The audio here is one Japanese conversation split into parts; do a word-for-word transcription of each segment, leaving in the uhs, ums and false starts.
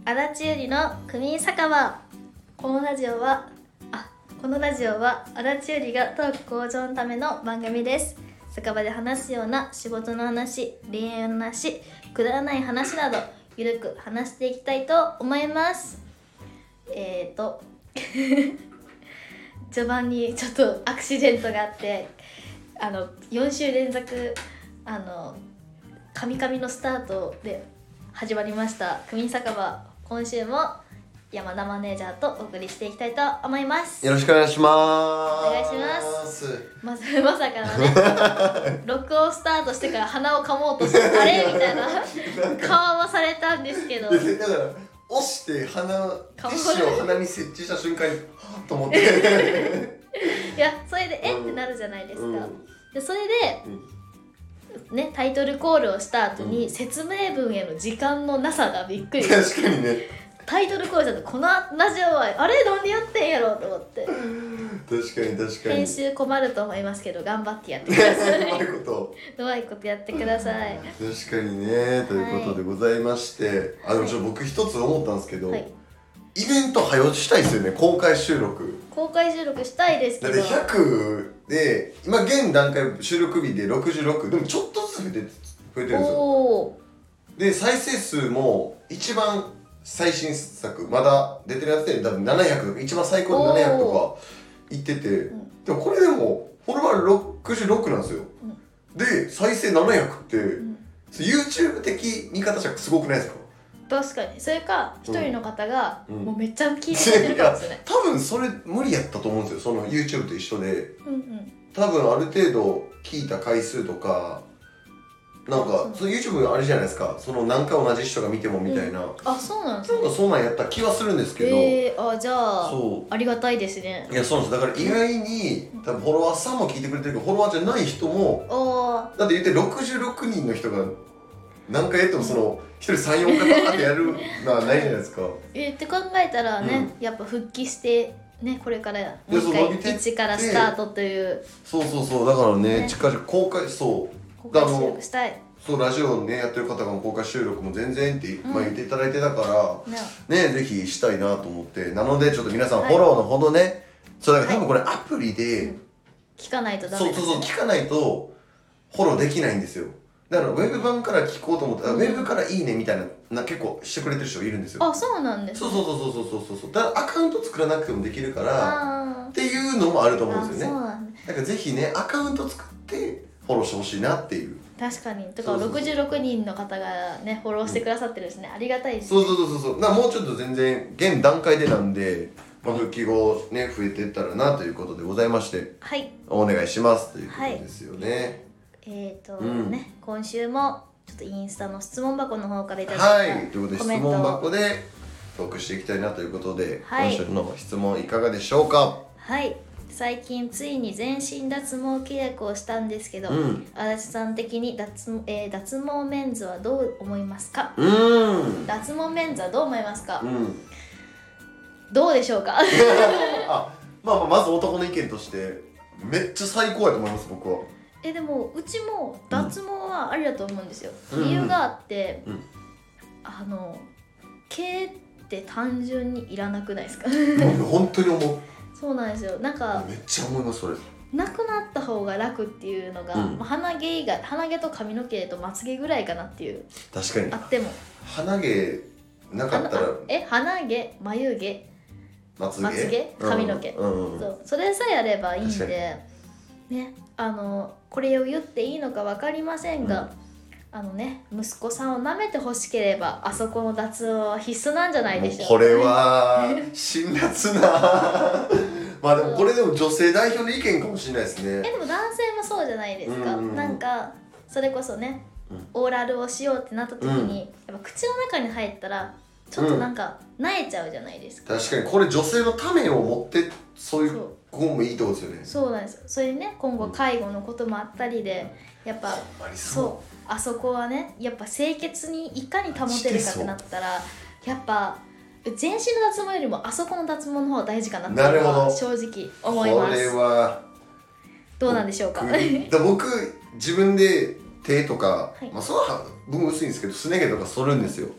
足立ゆりの区民酒場。このラジオはあこのラジオは足立ゆりがトーク向上のための番組です。酒場で話すような仕事の話、恋愛の話、くだらない話などゆるく話していきたいと思います。えーと序盤にちょっとアクシデントがあってあのよん週連続あのカミカミのスタートで始まりました区民酒場。今週も山田マネージャーとお送りしていきたいと思います。 よろしくお願いします。 お願いします。まずまさかのね録音スタートしてから鼻をかもうとしてあれみたいな顔もされたんですけど、 だから押して鼻ティッシュを鼻に設置した瞬間にはっと思っていやそれでえ、うん、ってなるじゃないですか、うん、でそれで、うんね、タイトルコールをした後に、うん、説明文への時間のなさがびっくり。 確かにね。 タイトルコールしたとこのラジオはあれなんでやってんやろうと思って。 確かに確かに。 編集困ると思いますけど頑張ってやってください。 うまいことうまいことやってください。 確かにね。ということでございまして、はい、あでもちょっと僕一つ思ったんですけど、はい、イベント早落ちしたいですよね。公開収録公開収録したいですけど、 だってひゃくで今現段階収録日でろくじゅうろくでもちょっとずつ増えて増えてるんですよ。で再生数も一番最新作まだ出てるやつで多分ななひゃくとか一番最高でななひゃくとかいってて、うん、でもこれでもフォロワーろくじゅうろくなんですよ、うん、で再生ななひゃくって、うん、YouTube 的見方じゃすごくないですか。 確かに。それか一人の方が、うん、もうめっちゃ聞いてくれてるかもしれない。 多分それ無理やったと思うんですよ。その YouTube と一緒で、うんうん、多分ある程度聞いた回数とかなんかその YouTube あれじゃないですか、その何回同じ人が見てもみたいな、うん、 あそうなんですね。 なんかそんなんやった気はするんですけど、 えー、あじゃあそうありがたいですね。 いやそうなんです。だから意外に多分フォロワーさんも聞いてくれてるけどフォロワーじゃない人もだって言ってろくじゅうろくにんの人が何回やってもそのひとりさん、よんかいパってやるのはないじゃないですか。 えって考えたらね、うん、やっぱ復帰してねこれからもう一回いちからスタートという。 そうそうそうだからね、ね近々公開そう公開収録したい。 そうラジオねやってる方が公開収録も全然って、うんまあ、言っていただいてたからねぜひしたいなと思って、なのでちょっと皆さんフォローのほどね、はい、そうだから多分これアプリで、うん、 聞かないとダメですよね。 そうそうそう聞かないとフォローできないんですよ。だからウェブ版から聞こうと思ったら、うん、ウェブからいいねみたいな、な結構してくれてる人がいるんですよ。 あそうなんですね。 そうそうそうそうそうそうそうだからアカウント作らなくてもできるからっていうのもあると思うんですよね。 そうなんだからぜひねアカウント作ってフォローしてほしいなっていう。 確かに。とかろくじゅうろくにんの方がねフォローしてくださってるんですね、うん、ありがたいですね。 そうそうそうそうなもうちょっと全然現段階でなんで、まあ、復帰後ね増えていったらなということでございまして、 はい、 お願いしますということですよね。はい、 えっ、ー、と、うん、ね今週もちょっとインスタの質問箱の方からいただいたはいということで質問箱でトークしていきたいなということで、はい、今週の質問いかがでしょうか。 はい最近ついに全身脱毛契約をしたんですけど、うん、足立さん的に 脱,、えー、脱毛メンズはどう思いますか。うん脱毛メンズはどう思いますか、うん、どうでしょうかあ、まあ、まあまず男の意見としてめっちゃ最高やと思います僕は。 えでもうちも脱毛はありだと思うんですよ、うん、理由があって、うん、あの毛って単純にいらなくないですか本当に思う。 そうなんですよ。なんかめっちゃ思いますそれ。 なくなった方が楽っていうのが、うんまあ、鼻毛以外鼻毛と髪の毛とまつげぐらいかなっていう。 確かにあっても鼻毛なかったらえ鼻毛眉毛まつげ、 まつげ髪の毛、うんうん、そうそれさえあればいいんでね。あのこれを言っていいのか分かりませんが、うんあのね、息子さんを舐めてほしければあそこの脱毛は必須なんじゃないでしょうか。 これは辛辣なまあでもこれでも女性代表の意見かもしれないですね。 えでも男性もそうじゃないですか、うんうん、なんかそれこそね、うん、オーラルをしようってなった時に、うん、やっぱ口の中に入ったらちょっとなんか萎えちゃうじゃないですか、 うん、確かにこれ女性のためを持ってそういう方もいいってことですよね。 そうなんですよ。それでね今後介護のこともあったりで、うん、やっぱそうあそこはねやっぱ清潔にいかに保てるかってなったらやっぱ全身の脱毛よりもあそこの脱毛の方が大事かなっていうのは正直思います。 これはどうなんでしょうか。 僕自分で手とか、はいまあ、その分薄いんですけどすね毛とか剃るんですよ。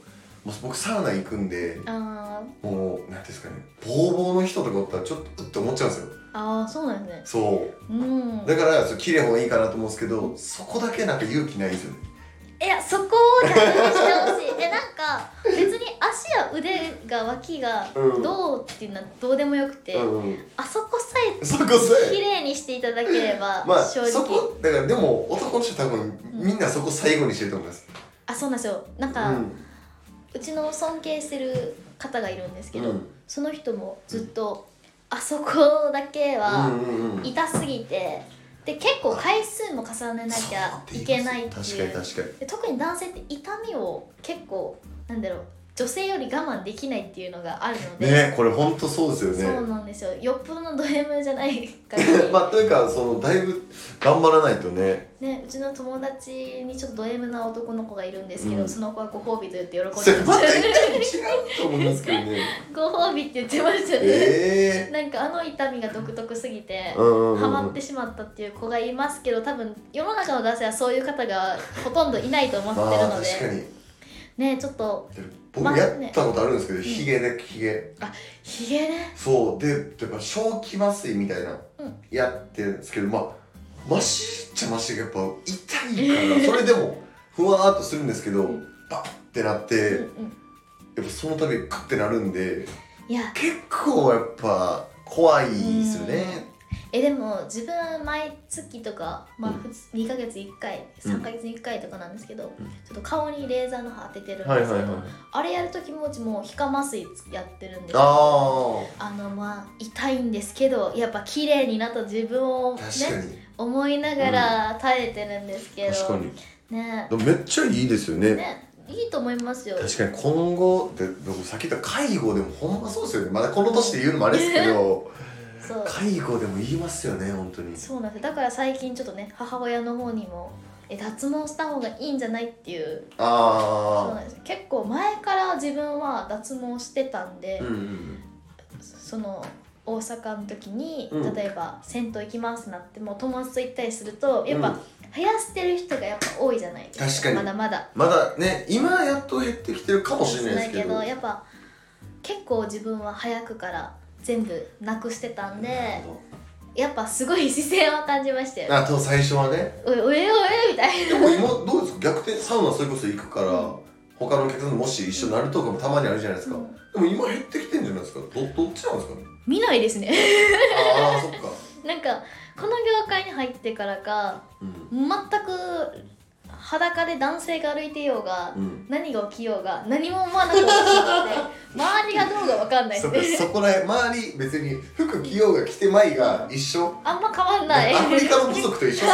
もう僕サウナ行くんであもうなんていうんですかねボーボーの人とかおったらちょっとうって思っちゃうんですよ。 あーそうなんですね。 そう、 うん、 だからそう綺麗方がいいかなと思うんですけど、そこだけなんか勇気ないんですよね。 いやそこを逆にしてほしいえなんか別に足や腕が脇がどうっていうのはどうでもよくて、 うんうん、 あそこさえそこさえ綺麗にしていただければまあ正直、 そこだからでも男の人多分みんなそこ最後にしてると思います。 あそうなんですよ。なんか、 うん、 うちの尊敬してる方がいるんですけど、 うん、 その人もずっと、あそこだけはうんうんうん、 痛すぎてで結構回数も重ねなきゃいけないっていう。 確かに確かに。 で特に男性って痛みを結構なんだろう女性より我慢できないっていうのがあるのでね、これ本当そうですよね。 そうなんですよ。よっぽどのド M じゃないから、 まあというかそのだいぶ頑張らないとね。 ね、うちの友達にちょっとド M な男の子がいるんですけど、 うん、 その子はご褒美と言って喜んでまそれまたした一回違うと思いますけどね。 ご褒美って言ってましたね、 えなんかあの痛みが独特すぎてー、うんうんうん、 ハマってしまったっていう子がいますけど、多分世の中の男性はそういう方がほとんどいないと思ってるので、 まあ、確かにねちょっと僕まあねやったことあるんですけど、ヒゲでヒゲあヒゲねそうでやっぱ正気麻酔みたいな、 うん、 やってるんですけど、まあマシっちゃマシがやっぱ痛いからそれでもふわーっとするんですけど、うん、バッてなって、うんうん、やっぱその度クッてなるんで、 いや結構やっぱ怖いですよね。 えでも自分毎月とか、まあ、にかげついっかいさんかげつにいっかいとかなんですけど、うん、ちょっと顔にレーザーの刃当ててるんですけど、はいはいはい、あれやるときもうちも皮下麻酔やってるんですけど、あのまあ痛いんですけどやっぱ綺麗になった自分をね思いながら耐えてるんですけど、 確かにねめっちゃいいですよね。 ねいいと思いますよ。 確かに今後で僕さっき言った介護でもほんまそうですよね。まだこの年で言うのもあれですけどそう介護でも言いますよね本当に。 そうなんです。だから最近ちょっとね母親の方にもえ脱毛した方がいいんじゃないっていう。あそうなんです。結構前から自分は脱毛してたんで、うんうん、その大阪の時に、うん、例えば銭湯行きますなっても友達と行ったりするとやっぱ、うん、生やしてる人がやっぱ多いじゃないですか。 確かにまだまだまだね今やっと減ってきてるかもしれないですけど、 やっぱ結構自分は早くから全部なくしてたんでやっぱすごい視線は感じましたよ。 あと最初はねおえおえみたいな。 でも今どうですか逆転サウナそれこそ行くから、うん、他のお客さんともし一緒になるとかもたまにあるじゃないですか、うん、でも今減ってきてんじゃないですか。 ど, どっちなんですかね。 見ないですねああそっかなんかこの業界に入ってからか、うん、全く裸で男性が歩いてようが、うん、何が起きようが何も思わなくなってしまって周りがどうか分かんないですね。 そこらへん周り別に服着ようが着てまいが一緒、 あんま変わんない。 アフリカの部族と一緒ですよ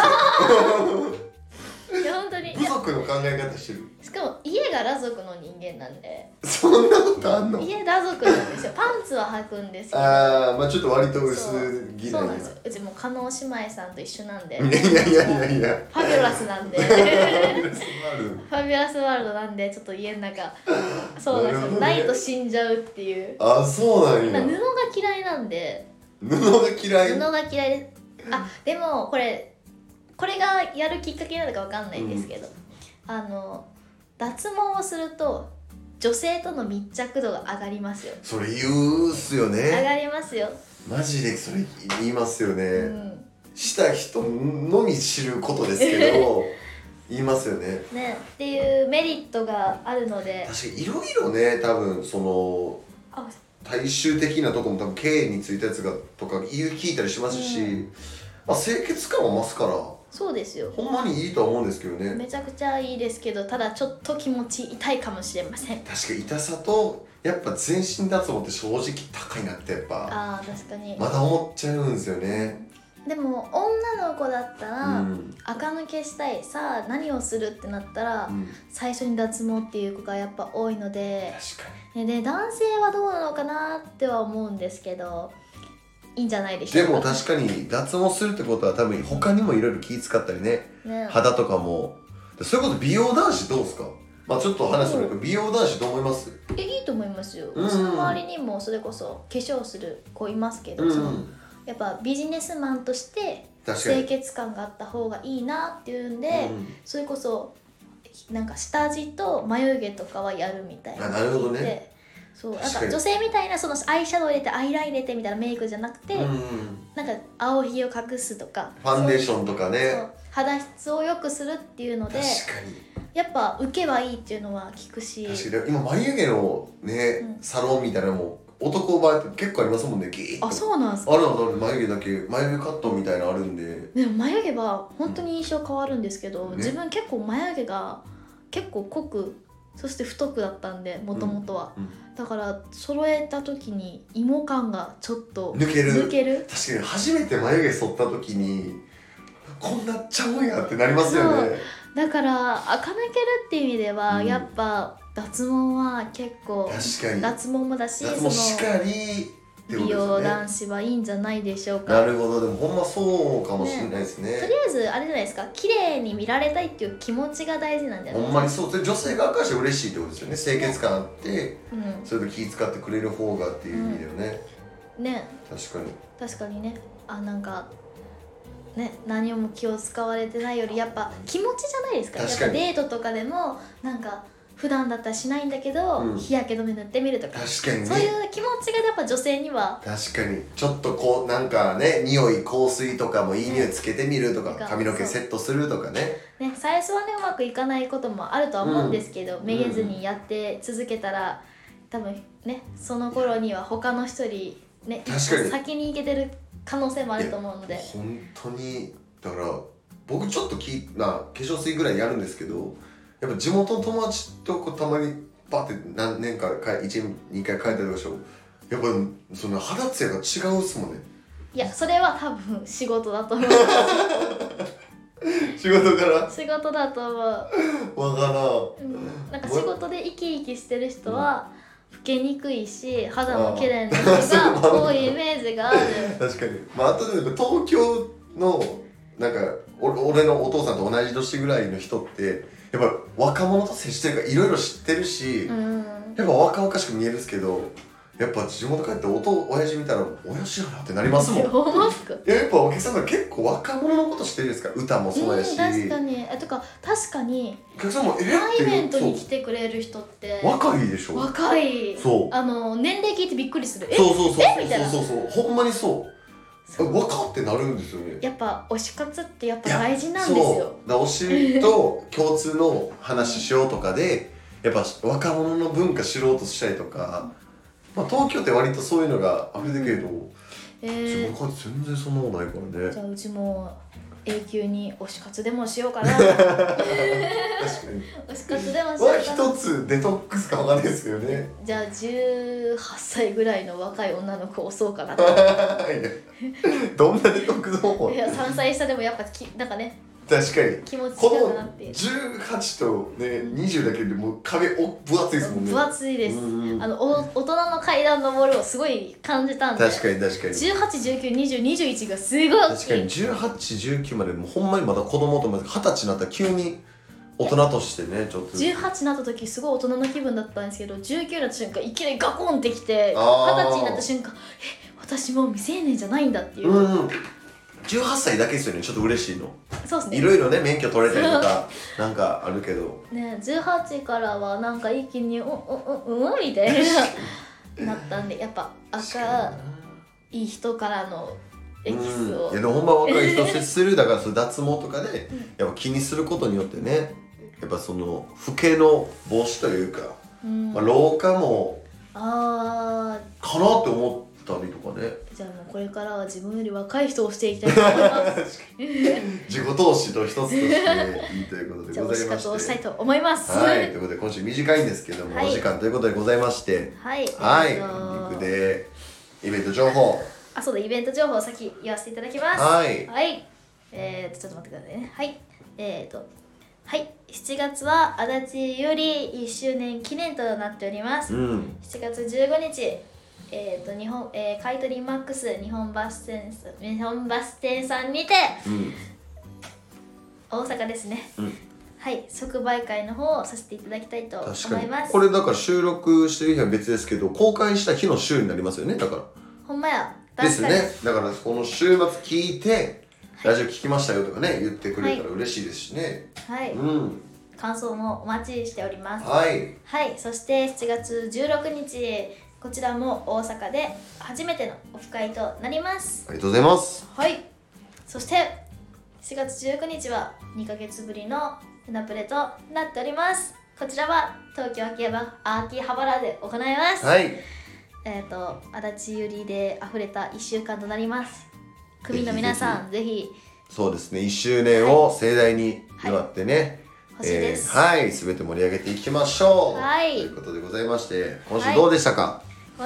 いや本当に部族の考え方してる。 しかも家が裸族の人間なんで。 そんなことあんの。 家裸族なんですよ。パンツは履くんですけど、 ああまあちょっと割と薄着そうなんですよ。うちも加納姉妹さんと一緒なんで。いやいやいやいやいやファビュラスなんでファビュラスワールドなんでちょっと家の中そうなんですよ、ね、ないと死んじゃうっていう。 あそうなんや。 布が嫌いなんで。 布が嫌い布が嫌いです。あでもこれこれがやるきっかけなのかわかんないんですけど、うん、あの脱毛をすると女性との密着度が上がりますよ。 それ言うっすよね。 上がりますよ。 マジでそれ言いますよね、うん、した人のみ知ることですけど言いますよね。ねっていうメリットがあるので。 確かにいろいろね多分その大衆的なとこも多分経営についたやつがとか聞いたりしますし、うん、まあ、清潔感は増すからそうですよ。 ほんまにいいとは思うんですけどね。 めちゃくちゃいいですけどただちょっと気持ち痛いかもしれません。 確かに痛さとやっぱ全身脱毛って正直高いなってやっぱあー確かにまだ思っちゃうんですよね。 でも女の子だったら、うん、垢抜けしたいさあ何をするってなったら、うん、最初に脱毛っていう子がやっぱ多いので、 確かに、 ね、で男性はどうなのかなっては思うんですけどいいんじゃないでしょうか。 でも確かに脱毛するってことは多分他にもいろいろ気使ったり ね, ね肌とかもそういうこと。美容男子どうですか。まあちょっと話するけど美容男子どう思います。 えいいと思いますよ。うちの周りにもそれこそ化粧する子いますけど、うん、そのやっぱビジネスマンとして清潔感があった方がいいなっていうんで、うん、それこそ化なんか下地と眉毛とかはやるみたいな。 あ、なるほどね。 そう、なんか女性みたいなそのアイシャドウ入れてアイライン入れてみたいなメイクじゃなくて、 うん、 なんか青ひげを隠すとかファンデーションとかね、 そう肌質を良くするっていうので、 確かにやっぱ受けはいいっていうのは聞くし、 確かに今眉毛のね、うん、サロンみたいなのも男場合って結構ありますもんね。ギーッと。 あ、そうなんですか。 あるある、眉毛だけ眉毛カットみたいなのあるんで。 でも眉毛は本当に印象変わるんですけど、 うんね、 自分結構眉毛が結構濃く、そして太くだったんで、もともとは、うんうん、だから揃えた時に芋感がちょっと抜ける抜ける。 確かに初めて眉毛剃った時にこんなっちゃうんやってなりますよね。 だから垢抜けるっていう意味では、うん、やっぱ脱毛は結構、 確かに脱毛もだし、 脱毛しかり美容男子はいいんじゃないでしょうか。 なるほど。でもほんまそうかもしれないですね。 とりあえずあれじゃないですか、綺麗に見られたいっていう気持ちが大事なんじゃないですか。 ほんまにそう。女性側からして嬉しいってことですよね。清潔感あって、うん、それと気遣ってくれる方がっていう意味だよね、うん、ね。確かに確かにね。あ、なんかね、何も気を使われてないよりやっぱ気持ちじゃないですか。 確かにやっぱデートとかでもなんか普段だったらしないんだけど、うん、日焼け止め塗ってみるとか、 確かにね、 そういう気持ちがやっぱ女性には、 確かにちょっとこうなんかね、匂い香水とかもいい匂いつけてみるとか、ね、髪の毛セットするとかね。 ね、最初はねうまくいかないこともあるとは思うんですけど、うん、めげずにやって続けたら、多分ねその頃には他の人よりね先に行けてる可能性もあると思うので。 本当にだから僕ちょっときな化粧水ぐらいやるんですけど、やっぱ地元の友達とこうたまにバッて何年かいち、にかい帰ったりとかしょ、やっぱその肌ツヤが違うっすもんね。 いや、それは多分仕事だと思う仕事から仕事だと思う。 わからん、 うん、なんか仕事で生き生きしてる人は老けにくいし肌も綺麗な人が多いイメージがある確かに。まああとで東京のなんか俺のお父さんと同じ年ぐらいの人ってやっぱ若者と接してるからいろいろ知ってるし、うん、やっぱ若々しく見えるんですけど、やっぱ地元帰っておと親父見たら親父やなってなりますもん。いや、やっぱお客さんが結構若者のこと知ってるんですか。歌もそうやし、うん、 確かに。えとか確かにお客さんもえプライベートに来てくれる人って若いでしょ。 若い。 そう、 あの年齢聞いてびっくりする。えそうそうそうえみたいな。 そうそうそう、ほんまにそう。若ってなるんですよね。 やっぱ推し活ってやっぱ大事なんですよ。 だ推しと共通の話しようとかでやっぱ若者の文化知ろうとしたりとか、まあ、東京って割とそういうのがあれだけど、えー、自分から全然そんなことないからね。 じゃあうちも永久に推し活でもしようかな確かに推し活でもしようかな。 一つデトックスかわかんないですよね。 じゃあじゅうはっさいぐらいの若い女の子を押そうかなどんなデトックス方法。 いやさんさい下でもやっぱきなんかね、 確かに気持ち違うなっていう。 じゅうはちとねにじゅうだけでもう壁お分厚いですもんね。 分厚いです。あのお大人の階段登るをすごい感じたんで。 確かに確かに。 じゅうはち、じゅうきゅう、にじゅう、にじゅういちがすごい大きい。 確かにじゅうはち、じゅうきゅうまでもうほんまにまだ子供と思ってはたちになったら急に大人としてねちょっと。 じゅうはちになった時すごい大人の気分だったんですけど、じゅうきゅうになった瞬間いきなりガコンってきて、はたちになった瞬間え私もう未成年じゃないんだっていう。うんうん、 じゅうはっさいだけですよね、ちょっと嬉しいの。 そうですね。 いろいろね免許取れたりとかなんかあるけどね、じゅうはちからはなんか一気にうんうんうんうんみたいななったんで、やっぱ赤いい人からのエキスを、 うん、いやでもほんま若い人接するだからその脱毛とかでやっぱ気にすることによってね、やっぱその老けの防止というか、うん、まあ、老化もあかなって思ったりとかね。 じゃあもうこれからは自分より若い人をしていきたいと思います自己投資と一つとしていいということでございまして、じゃあ推し活をしたいと思います。 はい、ということで今週短いんですけども、はい、お時間ということでございまして、 はい、 はい、エンディングでイベント情報、 あ、そうだ、イベント情報を先言わせていただきます。 はい、 はい、えーとちょっと待ってくださいね。はい、えーとはいしちがつは足立よりいっしゅうねん記念となっております。うん、しちがつじゅうごにち、えーと日本えー、買取マックス日本バス店日本バス店さんにて、うん、大阪ですね。うん、はい、即売会の方をさせていただきたいと思います。 これだから収録してる日は別ですけど、公開した日の週になりますよね。だからほんまやですね。だからこの週末聞いて、はい、ラジオ聞きましたよとかね言ってくれたら嬉しいですしね。 はい、 うん、 感想もお待ちしております。 はいはい、そしてしちがつじゅうろくにち、こちらも大阪で初めてのオフ会となります。 ありがとうございます。 はい、そしてしがつじゅうくにちはにかげつぶりの船プレとなっております。こちらは東京秋葉秋葉原で行います。 はい、 えっ、ー、と足立ゆりで溢れたいっしゅうかんとなります。組の皆さんぜひそうですね、いっしゅうねんを盛大に祝ってね、はい、 欲しいです。 えー、はい、すべて盛り上げていきましょう。 はい、 ということでございまして、今週どうでしたか？はい、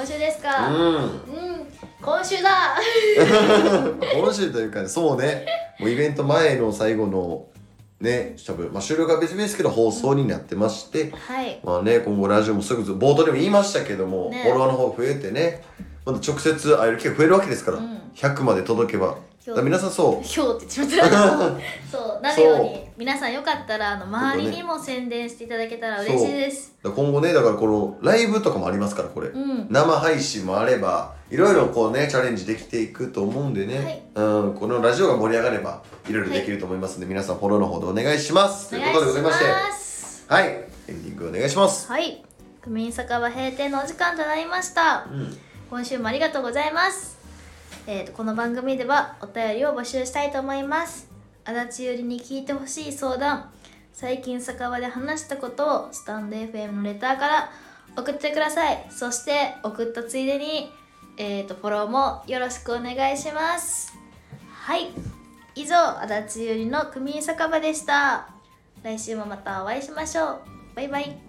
今週ですか？ うん、うん、 今週だ。 今週というか、ね、そうね、もうイベント前の最後のね、多分、まあ、収録は別々ですけど放送になってまして、 はい、 まあね、今後ラジオもすぐ冒頭でも言いましたけども、ね、フォロワーの方増えてね、まだ直接会える機会増えるわけですから、うん、ひゃくまで届けば皆さんそうひょうって言っちまったそうなるように皆さんよかったらあの周りにも宣伝していただけたら嬉しいです。 今後ね、だからこのライブとかもありますからこれ、うん、生配信もあればいろいろこうねチャレンジできていくと思うんでね、はい、うん、このラジオが盛り上がればいろいろできると思いますので、はい、皆さんフォローの方でお願いします。ということでございまして、はい、エンディングお願いします。 はい、区民酒場閉店のお時間となりました、うん、今週もありがとうございます。えー、とこの番組ではお便りを募集したいと思います。足立ゆりに聞いてほしい相談、最近酒場で話したことをスタンド エフエム のレターから送ってください。そして送ったついでに、えー、とフォローもよろしくお願いします。はい、以上足立ゆりの区民酒場でした。来週もまたお会いしましょう。バイバイ。